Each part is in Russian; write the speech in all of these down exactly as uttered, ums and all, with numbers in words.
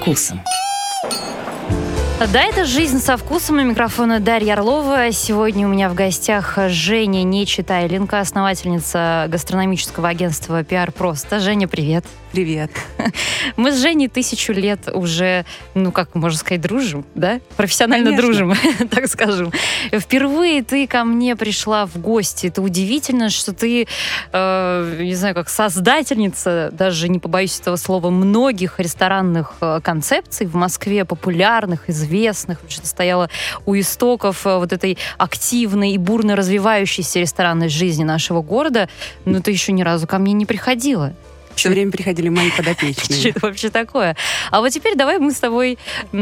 вкусом. Да, это «Жизнь со вкусом». У микрофона Дарья Орлова. Сегодня у меня в гостях Женя Нечитайленко, основательница гастрономического агентства «Пиар Просто». Женя, привет. Привет. Мы с Женей тысячу лет уже, ну, как можно сказать, дружим, да? Профессионально Конечно. дружим, так скажем. Впервые ты ко мне пришла в гости. Это удивительно, что ты, э, не знаю, как создательница, даже не побоюсь этого слова, многих ресторанных э, концепций в Москве, популярных, известных. Что-то стояла у истоков э, вот этой активной и бурно развивающейся ресторанной жизни нашего города. Но ты еще ни разу ко мне не приходила. Все время приходили мои подопечные. Что это вообще такое? А вот теперь давай мы с тобой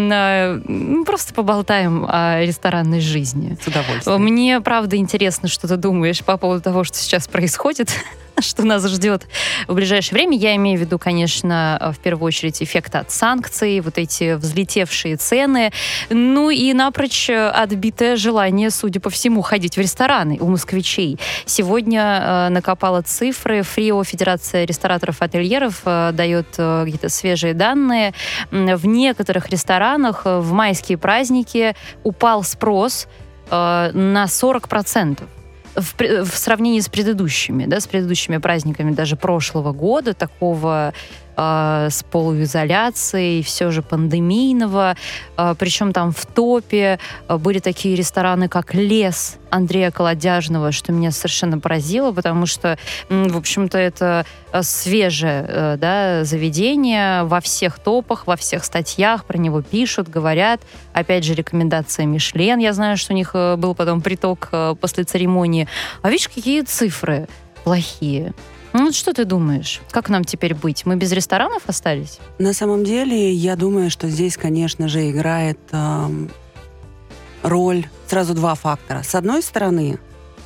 э, просто поболтаем о ресторанной жизни. С удовольствием. Мне, правда, интересно, что ты думаешь по поводу того, что сейчас происходит, что нас ждет в ближайшее время. Я имею в виду, конечно, в первую очередь эффект от санкций, вот эти взлетевшие цены, ну и напрочь отбитое желание, судя по всему, ходить в рестораны у москвичей. Сегодня э, накопала цифры. ФРИО, Федерация рестораторов-ательеров, э, дает э, какие-то свежие данные. В некоторых ресторанах в майские праздники упал спрос э, на сорок процентов. В, в сравнении с предыдущими, да, с предыдущими праздниками даже прошлого года, такого э, с полуизоляцией, все же пандемийного, э, причем там в топе э, были такие рестораны, как «Лес» Андрея Колодяжного, что меня совершенно поразило, потому что, м, в общем-то, это свежее э, да, заведение во всех топах, во всех статьях про него пишут, говорят. Опять же, рекомендация Мишлен. Я знаю, что у них э, был потом приток э, после церемонии. А видишь, какие цифры плохие. Ну вот что ты думаешь? Как нам теперь быть? Мы без ресторанов остались? На самом деле, я думаю, что здесь, конечно же, играет э, роль сразу два фактора. С одной стороны,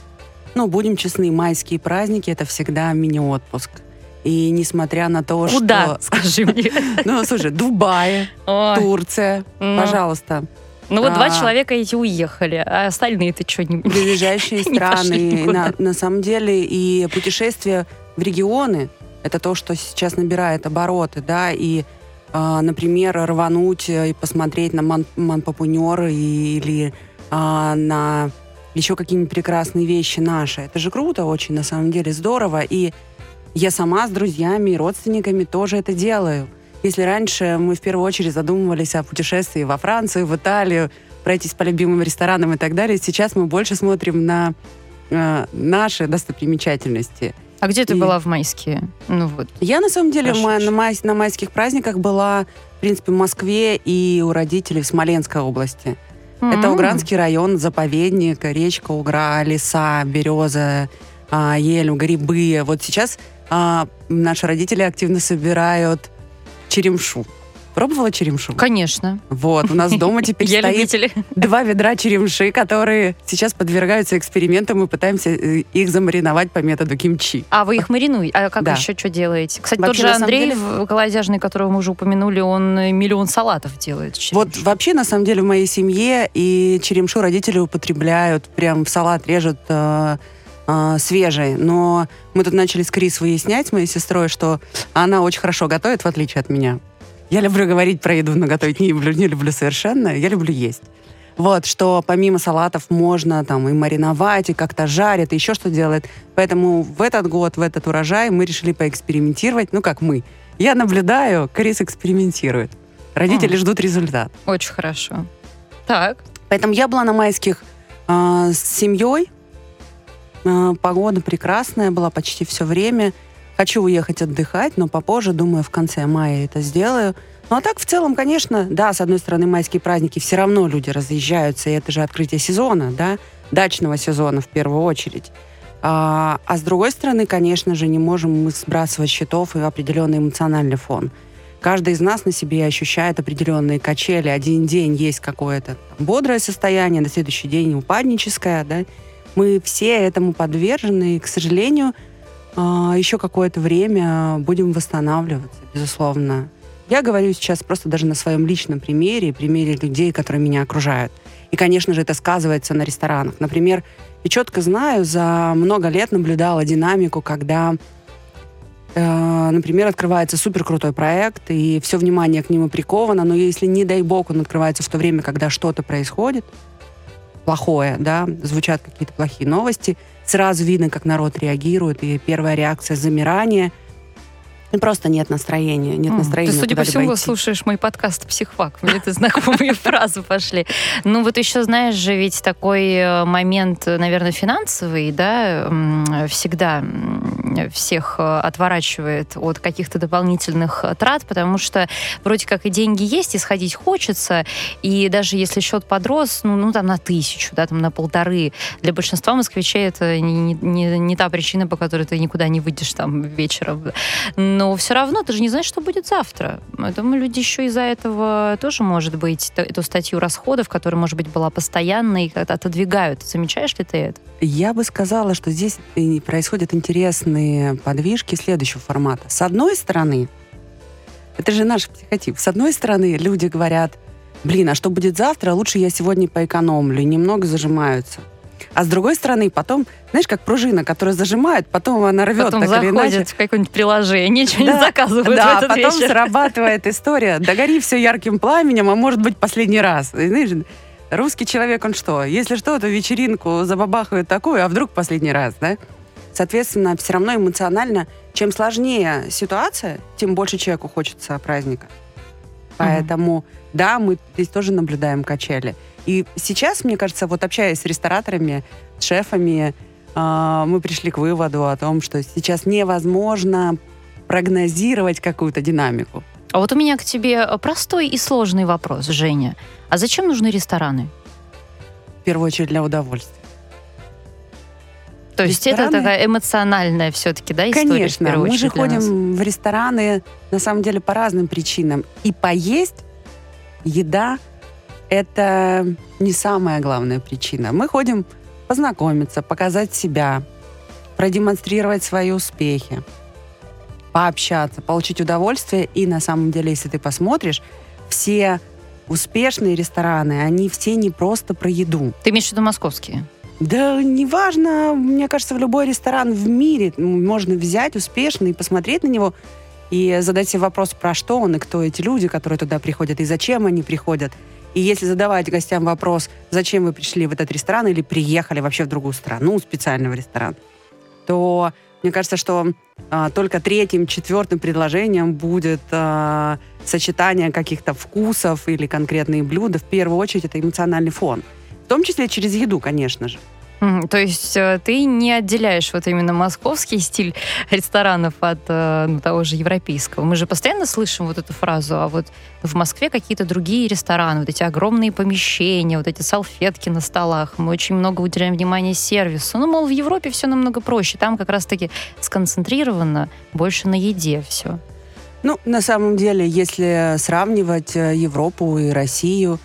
ну, будем честны, майские праздники — это всегда мини-отпуск. И несмотря на то, что... Куда, скажи мне? Ну, слушай, Дубай, Турция, пожалуйста. Ну вот два человека эти уехали, а остальные-то что, не ближайшие страны. На, на самом деле и путешествия в регионы — это то, что сейчас набирает обороты, да, и, э, например, рвануть и посмотреть на Ман- Манпопуньор или э, на еще какие-нибудь прекрасные вещи наши. Это же круто очень, на самом деле, здорово. И я сама с друзьями и родственниками тоже это делаю. Если раньше мы в первую очередь задумывались о путешествии во Францию, в Италию, пройтись по любимым ресторанам и так далее, сейчас мы больше смотрим на э, наши достопримечательности. А где ты и... была в майские? Ну вот. Я, на самом деле, ма- на, май- на майских праздниках была, в принципе, в Москве и у родителей в Смоленской области. Mm-hmm. Это Угранский район, заповедник, речка Угра, леса, береза, э, ель, грибы. Вот сейчас э, наши родители активно собирают черемшу. Пробовала черемшу? Конечно. Вот, у нас дома теперь стоит два ведра черемши, которые сейчас подвергаются экспериментам, мы пытаемся их замариновать по методу кимчи. А вы их маринуете? А как да. еще что делаете? Кстати, вообще, тот же Андрей деле... Колодяжный, которого мы уже упомянули, он миллион салатов делает. Вот вообще, на самом деле, в моей семье и черемшу родители употребляют, прям в салат режут э, э, свежий. Но мы тут начали с Крис выяснять с моей сестрой, что она очень хорошо готовит, в отличие от меня. Я люблю говорить про еду, но готовить не люблю, не люблю совершенно. Я люблю есть. Вот, что помимо салатов можно там и мариновать, и как-то жарить, и еще что делает. Поэтому в этот год, в этот урожай мы решили поэкспериментировать. Ну, как мы. Я наблюдаю, Крис экспериментирует. Родители mm. ждут результат. Очень хорошо. Так. Поэтому я была на майских э, с семьей. Э, погода прекрасная была почти все время. Хочу уехать отдыхать, но попозже, думаю, в конце мая это сделаю. Ну а так, в целом, конечно, да, с одной стороны, майские праздники, все равно люди разъезжаются, и это же открытие сезона, да, дачного сезона в первую очередь. А, а с другой стороны, конечно же, не можем мы сбрасывать счетов и определенный эмоциональный фон. Каждый из нас на себе ощущает определенные качели. Один день есть какое-то бодрое состояние, на следующий день упадническое, да. Мы все этому подвержены, и, к сожалению, еще какое-то время будем восстанавливаться, безусловно. Я говорю сейчас просто даже на своем личном примере, примере людей, которые меня окружают. И, конечно же, это сказывается на ресторанах. Например, я четко знаю, за много лет наблюдала динамику, когда э, например, открывается суперкрутой проект, и все внимание к нему приковано, но если, не дай бог, он открывается в то время, когда что-то происходит плохое, да, звучат какие-то плохие новости, сразу видно, как народ реагирует, и первая реакция — замирание. И просто нет настроения, нет Mm. настроения. Ты, судя по всему, идти. слушаешь мой подкаст «Психфак». Мне это знакомые фразы пошли. Ну вот еще, знаешь же, ведь такой момент, наверное, финансовый, да, всегда всех отворачивает от каких-то дополнительных трат, потому что вроде как и деньги есть, и сходить хочется, и даже если счет подрос, ну, ну там на тысячу, да, там на полторы, для большинства москвичей это не, не, не та причина, по которой ты никуда не выйдешь там вечером. Но все равно ты же не знаешь, что будет завтра. Я думаю, люди еще из-за этого тоже, может быть, эту статью расходов, которая, может быть, была постоянной, отодвигают. Замечаешь ли ты это? Я бы сказала, что здесь происходят интересные подвижки следующего формата. С одной стороны, это же наш психотип, с одной стороны, люди говорят: блин, а что будет завтра? Лучше я сегодня поэкономлю. И немного зажимаются. А с другой стороны, потом, знаешь, как пружина, которая зажимает, потом она рвет, потом так или иначе. Потом заходит в какое-нибудь приложение, ничего да, не заказывают да, в этот потом вечер. срабатывает история: догори все ярким пламенем, а может быть последний раз. И, знаешь, русский человек, он что? Если что, то вечеринку забабахает такую, а вдруг последний раз, да? Соответственно, все равно эмоционально, чем сложнее ситуация, тем больше человеку хочется праздника. Поэтому, mm-hmm. да, мы здесь тоже наблюдаем качели. И сейчас, мне кажется, вот общаясь с рестораторами, с шефами, э, мы пришли к выводу о том, что сейчас невозможно прогнозировать какую-то динамику. А вот у меня к тебе простой и сложный вопрос, Женя. А зачем нужны рестораны? В первую очередь для удовольствия. То есть рестораны... это такая эмоциональная все-таки, да, история? Конечно, в первую мы же ходим нас. в рестораны, на самом деле, по разным причинам. И поесть, еда — это не самая главная причина. Мы ходим познакомиться, показать себя, продемонстрировать свои успехи, пообщаться, получить удовольствие. И на самом деле, если ты посмотришь, все успешные рестораны, они все не просто про еду. Ты имеешь в виду московские? Да неважно, мне кажется, в любой ресторан в мире можно взять успешный и посмотреть на него и задать себе вопрос, про что он и кто эти люди, которые туда приходят, и зачем они приходят. И если задавать гостям вопрос, зачем вы пришли в этот ресторан или приехали вообще в другую страну специально в ресторан, то мне кажется, что а, только третьим, четвертым предложением будет а, сочетание каких-то вкусов или конкретные блюда. В первую очередь это эмоциональный фон. В том числе через еду, конечно же. Mm, то есть э, ты не отделяешь вот именно московский стиль ресторанов от э, ну, того же европейского. Мы же постоянно слышим вот эту фразу, а вот в Москве какие-то другие рестораны, вот эти огромные помещения, вот эти салфетки на столах, мы очень много уделяем внимания сервису. Ну, мол, в Европе все намного проще, там как раз-таки сконцентрировано больше на еде все. Ну, на самом деле, если сравнивать Европу и Россию,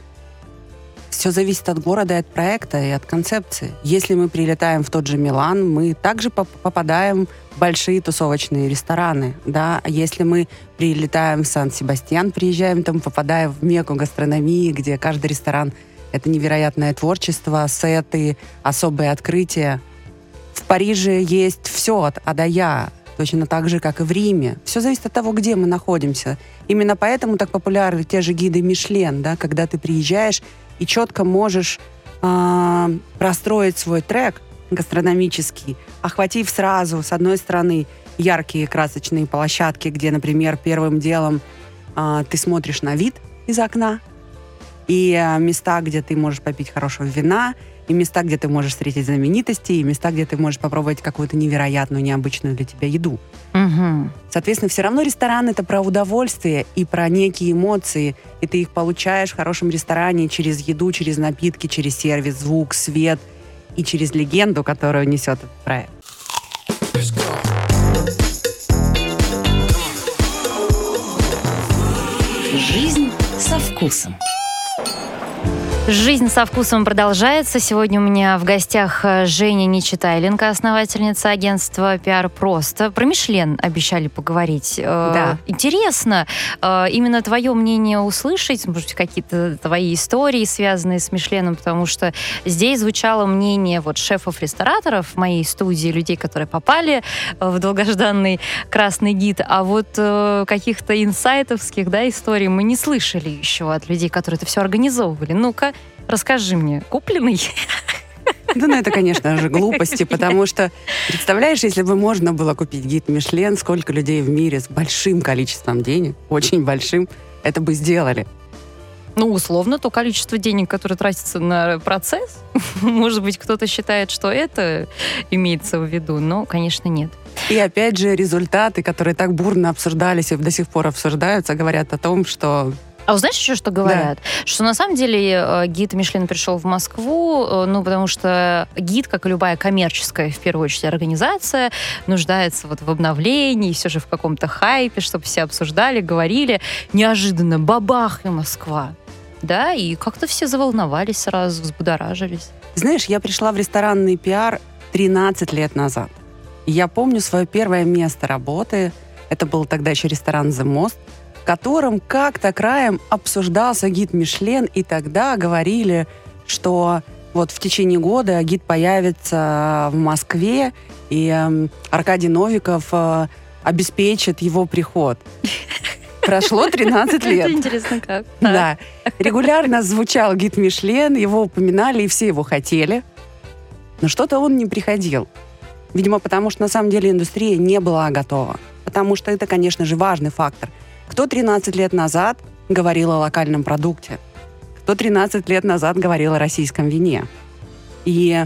все зависит от города, и от проекта, и от концепции. Если мы прилетаем в тот же Милан, мы также поп- попадаем в большие тусовочные рестораны. Да? А если мы прилетаем в Сан-Себастьян, приезжаем там, попадаем в мекку гастрономии, где каждый ресторан — это невероятное творчество, сеты, особые открытия. В Париже есть все от А до Я, точно так же, как и в Риме. Все зависит от того, где мы находимся. Именно поэтому так популярны те же гиды Мишлен, да, когда ты приезжаешь и четко можешь э, простроить свой трек гастрономический, охватив сразу, с одной стороны, яркие красочные площадки, где, например, первым делом э, ты смотришь на вид из окна, и э, места, где ты можешь попить хорошего вина, и места, где ты можешь встретить знаменитости, и места, где ты можешь попробовать какую-то невероятную, необычную для тебя еду. Угу. Соответственно, все равно ресторан — это про удовольствие и про некие эмоции, и ты их получаешь в хорошем ресторане через еду, через напитки, через сервис, звук, свет и через легенду, которую несет этот проект. Жизнь со вкусом. Жизнь со вкусом продолжается. Сегодня у меня в гостях Женя Нечитайленко, основательница агентства «Пиар Просто». Про Мишлен обещали поговорить. Да. Интересно именно твое мнение услышать, может быть, какие-то твои истории, связанные с Мишленом, потому что здесь звучало мнение вот шефов-рестораторов в моей студии, людей, которые попали в долгожданный красный гид, а вот каких-то инсайтовских, да, историй мы не слышали еще от людей, которые это все организовывали. Ну-ка, расскажи мне, купленный? Да, ну это, конечно же, глупости, потому что, представляешь, если бы можно было купить гид Мишлен, сколько людей в мире с большим количеством денег, очень большим, это бы сделали. Ну, условно, то количество денег, которое тратится на процесс, может быть, кто-то считает, что это имеется в виду, но, конечно, нет. И опять же, результаты, которые так бурно обсуждались и до сих пор обсуждаются, говорят о том, что... А знаешь еще, что говорят? Да. Что на самом деле гид Мишлен пришел в Москву, ну, потому что гид, как и любая коммерческая, в первую очередь, организация, нуждается вот в обновлении, все же в каком-то хайпе, чтобы все обсуждали, говорили. Неожиданно бабах и Москва. Да, и как-то все заволновались сразу, взбудоражились. Знаешь, я пришла в ресторанный пиар тринадцать лет назад. Я помню свое первое место работы. Это был тогда еще ресторан «The Most», в котором как-то краем обсуждался гид Мишлен, и тогда говорили, что вот в течение года гид появится в Москве, и э, Аркадий Новиков э, обеспечит его приход. Прошло тринадцать лет. Это интересно как. Да. Регулярно звучал гид Мишлен, его упоминали, и все его хотели. Но что-то он не приходил. Видимо, потому что на самом деле индустрия не была готова. Потому что это, конечно же, важный фактор. Кто тринадцать лет назад говорил о локальном продукте? Кто тринадцать лет назад говорил о российском вине? И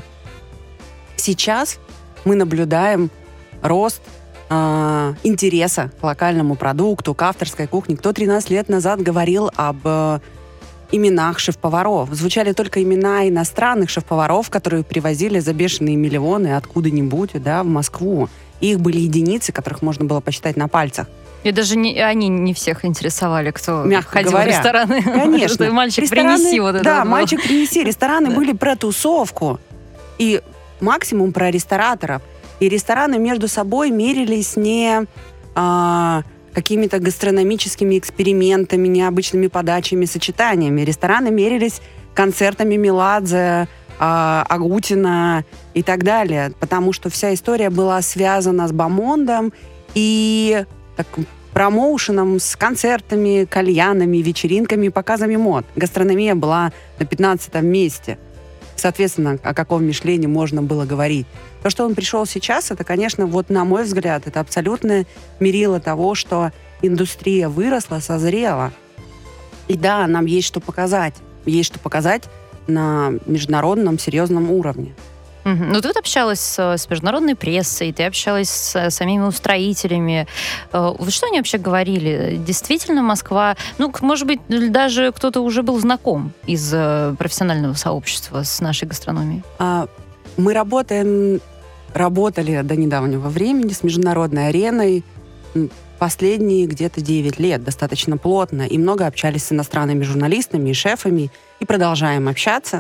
сейчас мы наблюдаем рост э, интереса к локальному продукту, к авторской кухне. Кто тринадцать лет назад говорил об э, именах шеф-поваров? Звучали только имена иностранных шеф-поваров, которые привозили за бешеные миллионы откуда-нибудь, да, в Москву. И их были единицы, которых можно было посчитать на пальцах. И даже не, они не всех интересовали, кто Мягко ходил говоря. в рестораны. Конечно. Мальчик, Рестораны, принеси вот это. Да, вот. мальчик, принеси. Рестораны были про тусовку. И максимум про рестораторов. И рестораны между собой мерились не а, какими-то гастрономическими экспериментами, необычными подачами, сочетаниями. Рестораны мерились концертами Меладзе, а, Агутина и так далее. Потому что вся история была связана с бомондом и так, промоушеном, с концертами, кальянами, вечеринками и показами мод. Гастрономия была на пятнадцатом месте. Соответственно, о каком Мишлене можно было говорить. То, что он пришел сейчас, это, конечно, вот на мой взгляд, это абсолютное мерило того, что индустрия выросла, созрела. И да, нам есть что показать. Есть что показать на международном серьезном уровне. Угу. Ну, ты вот общалась с, с международной прессой, ты общалась с самими устроителями. Вот что они вообще говорили? Действительно, Москва... Ну, может быть, даже кто-то уже был знаком из профессионального сообщества с нашей гастрономией? Мы работаем, работали до недавнего времени с международной ареной последние где-то девять лет, достаточно плотно, и много общались с иностранными журналистами и шефами, и продолжаем общаться.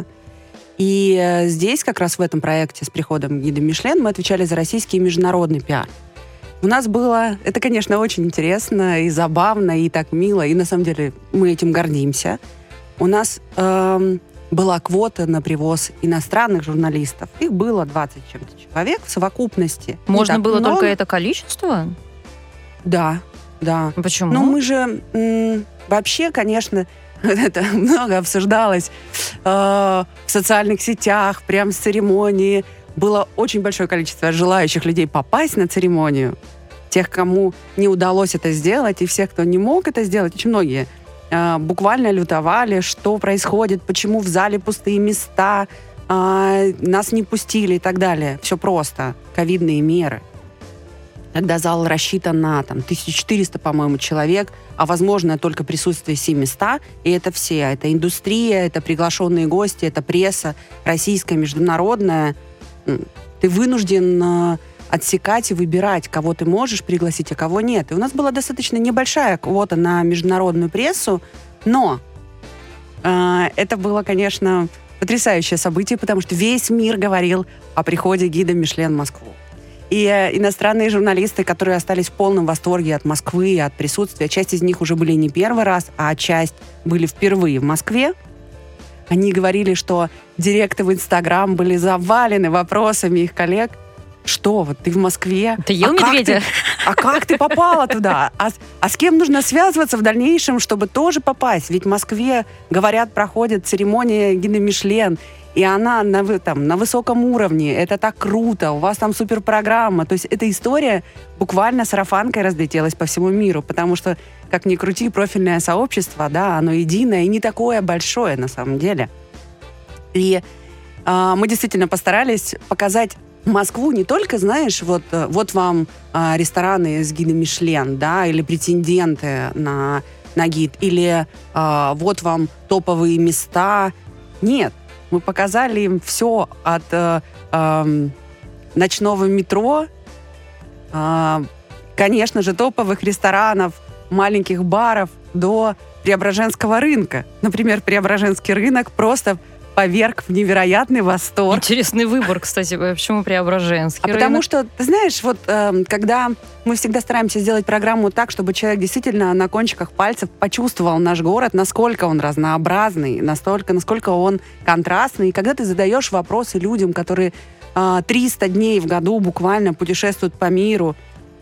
И здесь, как раз в этом проекте с приходом гида Мишлен, мы отвечали за российский и международный пиар. У нас было... Это, конечно, очень интересно и забавно, и так мило, и на самом деле мы этим гордимся. У нас эм, была квота на привоз иностранных журналистов. Их было двадцать с чем-то человек в совокупности. Можно было много. Только это количество? Да, да. Почему? Ну, мы же м- вообще, конечно... Это много обсуждалось э, в социальных сетях, прямо с церемонии. Было очень большое количество желающих людей попасть на церемонию. Тех, кому не удалось это сделать, и всех, кто не мог это сделать, очень многие э, буквально лютовали, что происходит, почему в зале пустые места, э, нас не пустили и так далее. Все просто. Ковидные меры. Когда зал рассчитан на там, тысяча четыреста, по-моему, человек, а возможно только присутствие семьсот, и это все. Это индустрия, это приглашенные гости, это пресса российская, международная. Ты вынужден отсекать и выбирать, кого ты можешь пригласить, а кого нет. И у нас была достаточно небольшая квота на международную прессу, но А, это было, конечно, потрясающее событие, потому что весь мир говорил о приходе гида Мишлен в Москву. И э, иностранные журналисты, которые остались в полном восторге от Москвы и от присутствия, часть из них уже были не первый раз, а часть были впервые в Москве. Они говорили, что директы в Инстаграм были завалены вопросами их коллег. Что, вот ты в Москве? Ты ел а медведя? Как ты, а как ты попала туда? А, а с кем нужно связываться в дальнейшем, чтобы тоже попасть? Ведь в Москве, говорят, проходит церемония гида Мишлен, и она на, там, на высоком уровне. Это так круто, у вас там суперпрограмма. То есть эта история буквально сарафанкой разлетелась по всему миру, потому что, как ни крути, профильное сообщество, да, оно единое и не такое большое на самом деле. И э, мы действительно постарались показать Москву не только, знаешь, вот, вот вам а, рестораны с гидом Мишлен, да, или претенденты на, на гид, или а, вот вам топовые места. Нет, мы показали им все от а, а, ночного метро, а, конечно же, топовых ресторанов, маленьких баров до Преображенского рынка. Например, Преображенский рынок просто поверг в невероятный восторг. Интересный выбор, кстати, почему Преображенский а рынок? Потому что, ты знаешь, вот э, когда мы всегда стараемся сделать программу так, чтобы человек действительно на кончиках пальцев почувствовал наш город, насколько он разнообразный, настолько, насколько он контрастный. И когда ты задаешь вопросы людям, которые э, триста дней в году буквально путешествуют по миру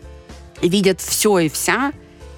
и видят все и вся,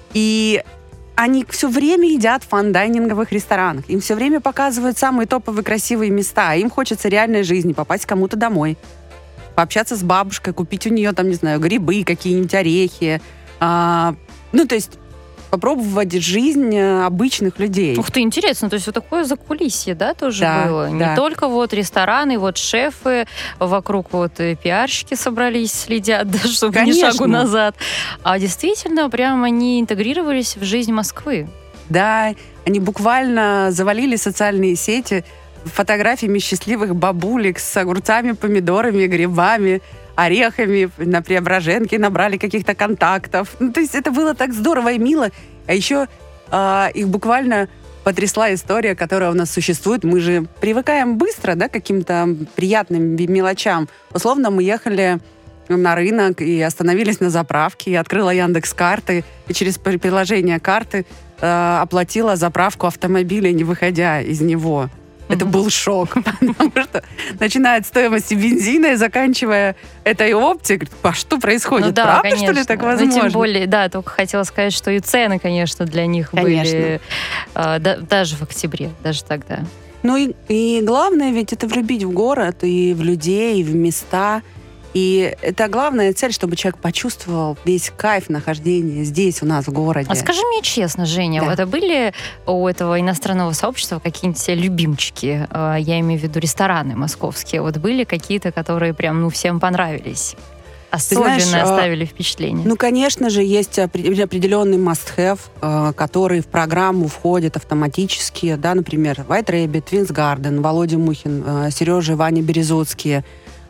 и они все время едят в файн-дайнинговых ресторанах. Им все время показывают самые топовые красивые места. Им хочется реальной жизни, попасть к кому-то домой, пообщаться с бабушкой, купить у нее, там, не знаю, грибы, какие-нибудь орехи. А, ну, то есть попробовать жизнь обычных людей. Ух ты, интересно, то есть вот такое закулисье, да, тоже да, было? Да. Не только вот рестораны, вот шефы, вокруг вот и пиарщики собрались, следят, да, чтобы Конечно. ни шагу назад. А действительно, прям они интегрировались в жизнь Москвы. Да, они буквально завалили социальные сети фотографиями счастливых бабулек с огурцами, помидорами, грибами, орехами на Преображенке, набрали каких-то контактов. Ну, то есть это было так здорово и мило. А еще э, их буквально потрясла история, которая у нас существует. Мы же привыкаем быстро, да, к каким-то приятным мелочам. Условно, мы ехали на рынок и остановились на заправке, и открыла Яндекс.Карты, и через приложение карты э, оплатила заправку автомобиля, не выходя из него. Это был шок, потому что начиная от стоимости бензина и заканчивая этой опцией, а что происходит? Ну да, правда, конечно. что ли, так возможно? Ну, тем более, да, только хотела сказать, что и цены, конечно, для них конечно. были а, да, даже в октябре, даже тогда. Ну и, и главное ведь это влюбить в город, и в людей, и в места. И это главная цель, чтобы человек почувствовал весь кайф нахождения здесь, у нас, в городе. А скажи мне честно, Женя, Да. это были у этого иностранного сообщества какие-нибудь любимчики? Я имею в виду рестораны московские. Вот были какие-то, которые прям, ну, всем понравились? Особенно знаешь, оставили впечатление. Ну, конечно же, есть определенный must-have, который в программу входит автоматически, да, например, White Rabbit, Twins Garden, Володя Мухин, Сережа и Ваня Березуцкие.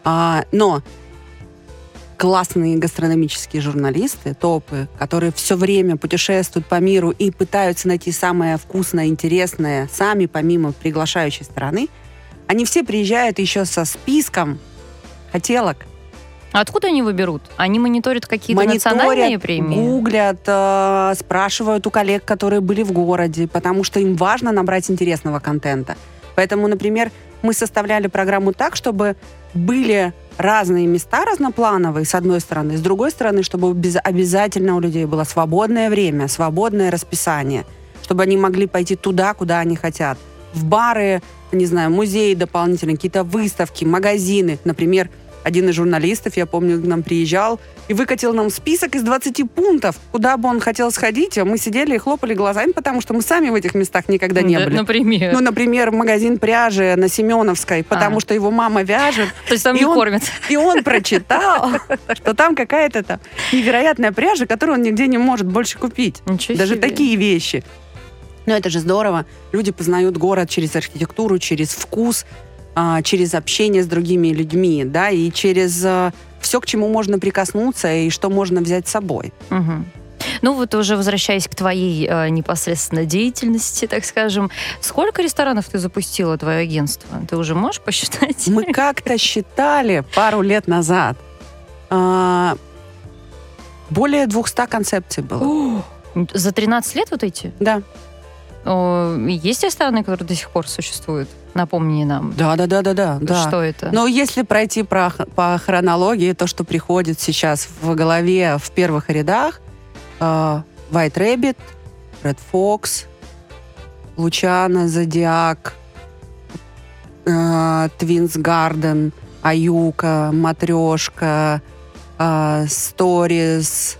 Но классные гастрономические журналисты, топы, которые все время путешествуют по миру и пытаются найти самое вкусное, интересное, сами помимо приглашающей стороны, они все приезжают еще со списком хотелок. А откуда они выберут? Они мониторят какие-то Мониторят, национальные премии? гуглят, э, спрашивают у коллег, которые были в городе, потому что им важно набрать интересного контента. Поэтому, например, мы составляли программу так, чтобы были разные места разноплановые, с одной стороны, с другой стороны, чтобы без, обязательно у людей было свободное время, свободное расписание, чтобы они могли пойти туда, куда они хотят. В бары, не знаю, музеи дополнительные, какие-то выставки, магазины. Например, один из журналистов, я помню, к нам приезжал и выкатил нам список из двадцати пунктов, куда бы он хотел сходить, а мы сидели и хлопали глазами, потому что мы сами в этих местах никогда не Да, были. например? Ну, например, магазин пряжи на Семеновской, потому А. что его мама вяжет. То есть там И не он- кормят? И он прочитал, что там какая-то там невероятная пряжа, которую он нигде не может больше купить. Ничего Даже себе. такие вещи. Но это же здорово. Люди познают город через архитектуру, через вкус, а, через общение с другими людьми, да, и через все, к чему можно прикоснуться и что можно взять с собой. Мгм. Ну вот уже возвращаясь к твоей э, непосредственно деятельности, так скажем, сколько ресторанов ты запустила, твое агентство? Ты уже можешь посчитать? Мы как-то считали пару лет назад. А, более двухсот концепций было. За тринадцать лет вот эти? Да. О, есть рестораны, которые до сих пор существуют? Напомни нам. Да, да, да, да, да. да. Что это? Но если пройти про, по хронологии, то, что приходит сейчас в голове в первых рядах, э, White Rabbit, Red Fox, Лучано, Зодиак, э, Twins Garden, Аюка, Матрешка, э, Stories,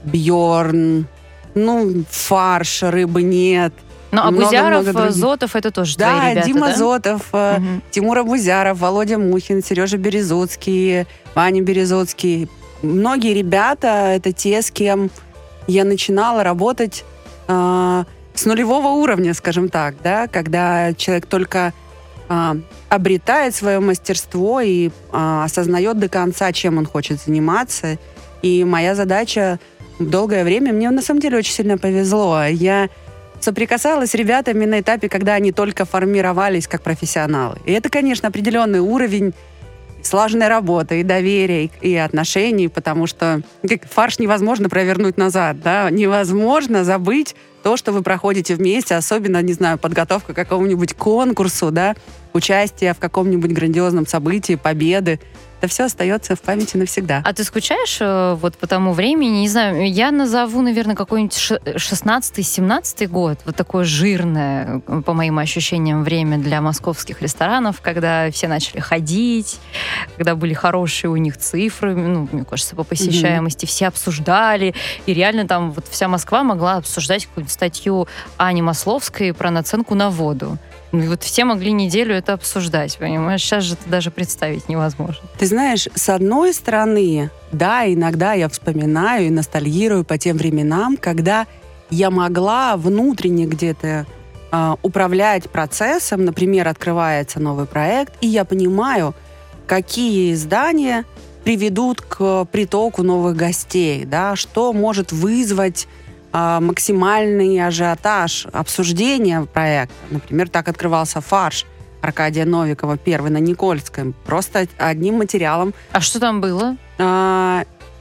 Бьорн, ну, Фарш, Рыбы нет. Ну, а Бузяров, Зотов, это тоже да, твои ребята, Дима да? Зотов, угу. Тимур Абузяров, Володя Мухин, Сережа Березуцкий, Ваня Березуцкий. Многие ребята — это те, с кем я начинала работать э, с нулевого уровня, скажем так, да, когда человек только э, обретает свое мастерство и э, осознает до конца, чем он хочет заниматься. И моя задача долгое время, мне на самом деле очень сильно повезло. Я соприкасалась с ребятами на этапе, когда они только формировались как профессионалы. И это, конечно, определенный уровень слаженной работы, и доверия, и, и отношений, потому что фарш невозможно провернуть назад, да, невозможно забыть то, что вы проходите вместе, особенно, не знаю, подготовка к какому-нибудь конкурсу, да, участие в каком-нибудь грандиозном событии, победы. Это все остается в памяти навсегда. А ты скучаешь э, вот по тому времени? Не знаю, я назову, наверное, какой-нибудь шестнадцатый-семнадцатый год. Вот такое жирное, по моим ощущениям, время для московских ресторанов, когда все начали ходить, когда были хорошие у них цифры, ну, мне кажется, по посещаемости. Mm-hmm. Все обсуждали. И реально там вот вся Москва могла обсуждать какую-нибудь статью Ани Масловской про наценку на воду. Ну и вот все могли неделю это обсуждать, понимаешь? Сейчас же это даже представить невозможно. Ты знаешь, с одной стороны, да, иногда я вспоминаю и ностальгирую по тем временам, когда я могла внутренне где-то э, управлять процессом. Например, открывается новый проект, и я понимаю, какие издания приведут к притоку новых гостей, да, что может вызвать максимальный ажиотаж обсуждения проекта. Например, так открывался «Фарш» Аркадия Новикова, первый на Никольском. Просто одним материалом. А что там было? А,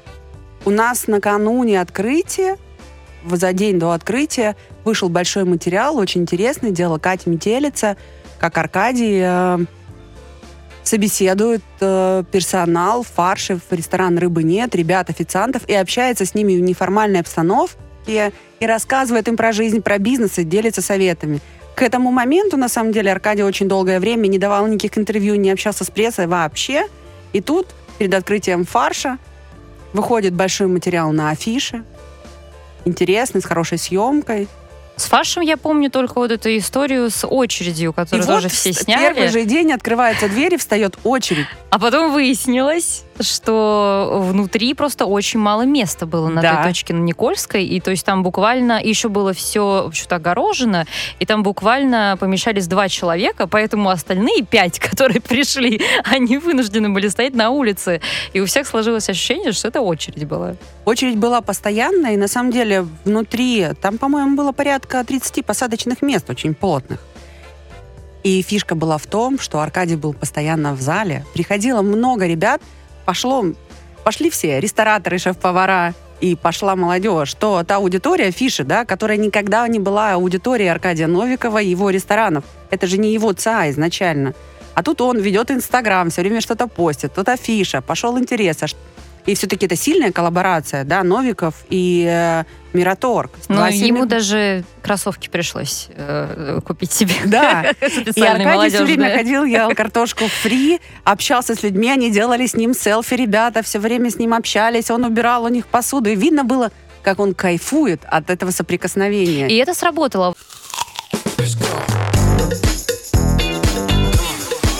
у нас накануне открытия, за день до открытия, вышел большой материал, очень интересный, делала Катя Метелица, как Аркадий э, собеседует э, персонал «Фарши» в ресторан «Рыбы нет», ребят, официантов, и общается с ними в неформальной обстановке, и рассказывает им про жизнь, про бизнес, и делится советами. К этому моменту, на самом деле, Аркадий очень долгое время не давал никаких интервью, не общался с прессой вообще. И тут, перед открытием «Фарша», выходит большой материал на афише, интересный, с хорошей съемкой. С «Фаршем» я помню только вот эту историю с очередью, которую и тоже вот все сняли. Первый же день открывается дверь и встает очередь. А потом выяснилось, что внутри просто очень мало места было на да. той точке, на Никольской. И то есть там буквально еще было все что-то огорожено, и там буквально помещались два человека, поэтому остальные пять, которые пришли, они вынуждены были стоять на улице. И у всех сложилось ощущение, что это очередь была. Очередь была постоянная, и на самом деле внутри, там, по-моему, было порядка тридцать посадочных мест, очень плотных. И фишка была в том, что Аркадий был постоянно в зале. Приходило много ребят, пошло, пошли все, рестораторы, шеф-повара, и пошла молодежь. Что та аудитория, фиши, да, которая никогда не была аудиторией Аркадия Новикова и его ресторанов. Это же не его ЦА изначально. А тут он ведет Инстаграм, все время что-то постит, тут афиша, пошел интерес. И все-таки это сильная коллаборация, да, Новиков и э, Мираторг. Ну, ему сильных... даже кроссовки пришлось э, купить себе. Да, и Аркадий все время ходил, ел картошку фри, общался с людьми, они делали с ним селфи, ребята все время с ним общались, он убирал у них посуду, и видно было, как он кайфует от этого соприкосновения. И это сработало.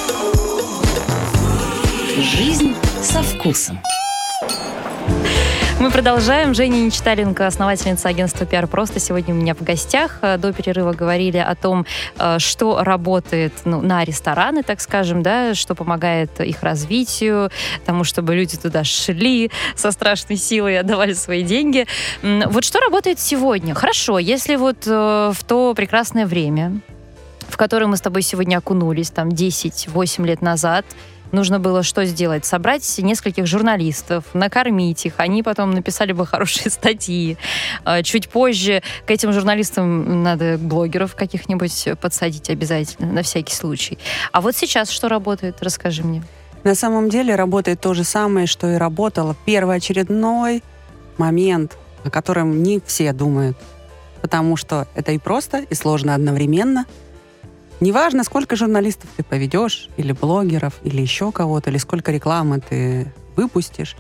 Жизнь со вкусом. Мы продолжаем. Женя Нечиталенко, основательница агентства «Пиар Просто», сегодня у меня в гостях. До перерыва говорили о том, что работает ну, на рестораны, так скажем, да, что помогает их развитию, тому, чтобы люди туда шли со страшной силой и отдавали свои деньги. Вот что работает сегодня? Хорошо, если вот в то прекрасное время, в которое мы с тобой сегодня окунулись, там, десять-восемь лет назад, нужно было что сделать? Собрать нескольких журналистов, накормить их, они потом написали бы хорошие статьи. Чуть позже к этим журналистам надо блогеров каких-нибудь подсадить обязательно, на всякий случай. А вот сейчас что работает? Расскажи мне. На самом деле работает то же самое, что и работало. Первоочередной момент, о котором не все думают, потому что это и просто, и сложно одновременно. Неважно, сколько журналистов ты поведешь, или блогеров, или еще кого-то, или сколько рекламы ты выпустишь.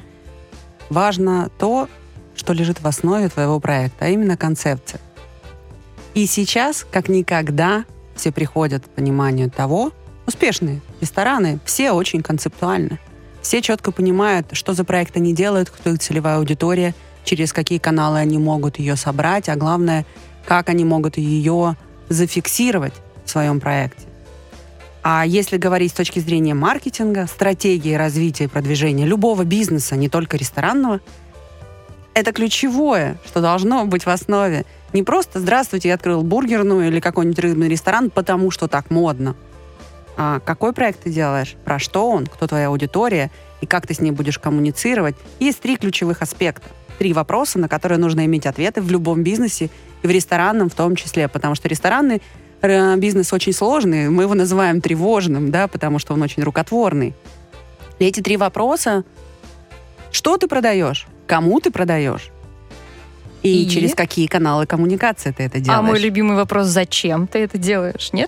Важно то, что лежит в основе твоего проекта, а именно концепция. И сейчас, как никогда, все приходят к пониманию того, успешные рестораны, все очень концептуальны. Все четко понимают, что за проект они делают, кто их целевая аудитория, через какие каналы они могут ее собрать, а главное, как они могут ее зафиксировать в своем проекте. А если говорить с точки зрения маркетинга, стратегии развития и продвижения любого бизнеса, не только ресторанного, это ключевое, что должно быть в основе. Не просто «здравствуйте, я открыл бургерную» или какой-нибудь рыбный ресторан, потому что так модно. А какой проект ты делаешь, про что он, кто твоя аудитория и как ты с ней будешь коммуницировать. Есть три ключевых аспекта. Три вопроса, на которые нужно иметь ответы в любом бизнесе и в ресторанном в том числе, потому что ресторанный бизнес очень сложный, мы его называем тревожным, да, потому что он очень рукотворный. И эти три вопроса: что ты продаешь, кому ты продаешь и, и через какие каналы коммуникации ты это делаешь. А мой любимый вопрос: зачем ты это делаешь, нет?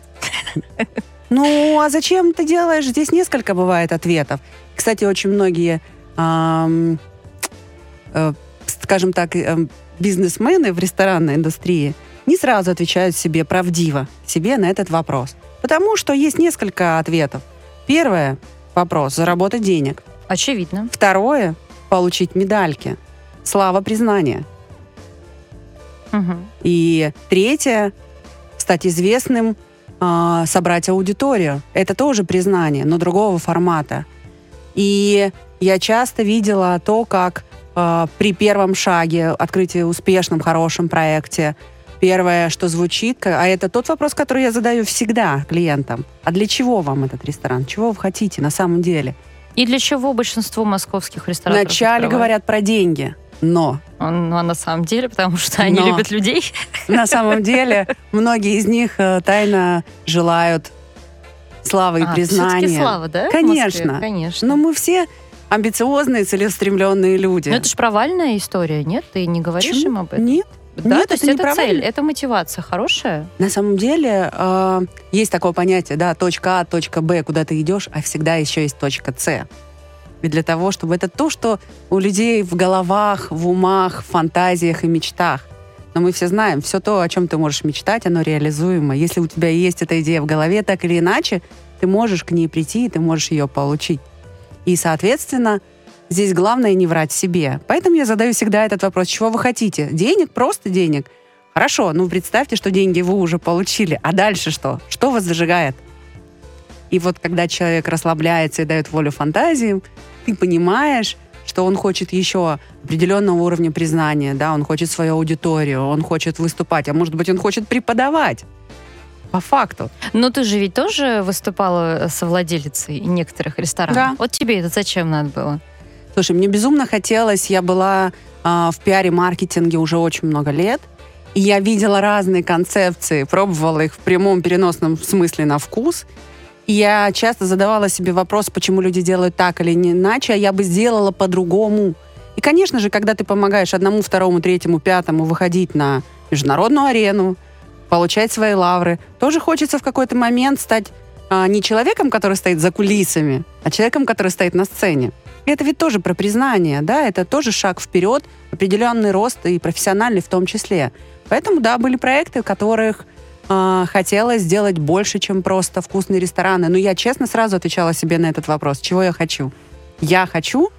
Ну, а зачем ты делаешь? Здесь несколько бывает ответов. Кстати, очень многие, эм, э, скажем так, э, бизнесмены в ресторанной индустрии не сразу отвечают себе правдиво, себе на этот вопрос. Потому что есть несколько ответов. Первое — вопрос — заработать денег. Очевидно. Второе — получить медальки. Слава, признание. Угу. И третье — стать известным, э, собрать аудиторию. Это тоже признание, но другого формата. И я часто видела то, как э, при первом шаге, открытии успешном, хорошем проекте, первое, что звучит, а это тот вопрос, который я задаю всегда клиентам. А для чего вам этот ресторан? Чего вы хотите на самом деле? И для чего большинство московских ресторанов Вначале открывают? Говорят про деньги, но... Ну, а на самом деле, потому что они но, любят людей. На самом деле, многие из них тайно желают славы и а, признания. Все-таки слава, да? Конечно. Конечно. Но мы все амбициозные, целеустремленные люди. Но это же провальная история, нет? Ты не говоришь Почему? им об этом? Нет. Да, Нет, то есть это, это цель, это мотивация хорошая? На самом деле э, есть такое понятие, да, точка А, точка Б, куда ты идешь, а всегда еще есть точка С. И для того, чтобы это то, что у людей в головах, в умах, в фантазиях и мечтах. Но мы все знаем, все то, о чем ты можешь мечтать, оно реализуемо. Если у тебя есть эта идея в голове, так или иначе, ты можешь к ней прийти, и ты можешь ее получить. И, соответственно, здесь главное не врать себе. Поэтому я задаю всегда этот вопрос: чего вы хотите? Денег? Просто денег? Хорошо, ну представьте, что деньги вы уже получили. А дальше что? Что вас зажигает? И вот когда человек расслабляется и дает волю фантазиям, ты понимаешь, что он хочет еще определенного уровня признания, да, он хочет свою аудиторию, он хочет выступать, а может быть, он хочет преподавать. По факту. Но ты же ведь тоже выступала совладелицей некоторых ресторанов. Да. Вот тебе это зачем надо было? Слушай, мне безумно хотелось, я была э, в пиаре-маркетинге уже очень много лет, и я видела разные концепции, пробовала их в прямом переносном смысле на вкус, и я часто задавала себе вопрос, почему люди делают так или не иначе, а я бы сделала по-другому. И, конечно же, когда ты помогаешь одному, второму, третьему, пятому выходить на международную арену, получать свои лавры, тоже хочется в какой-то момент стать а, не человеком, который стоит за кулисами, а человеком, который стоит на сцене. И это ведь тоже про признание, да, это тоже шаг вперед, определенный рост и профессиональный в том числе. Поэтому, да, были проекты, в которых э, хотелось сделать больше, чем просто вкусные рестораны. Но я честно сразу отвечала себе на этот вопрос, чего я хочу. Я хочу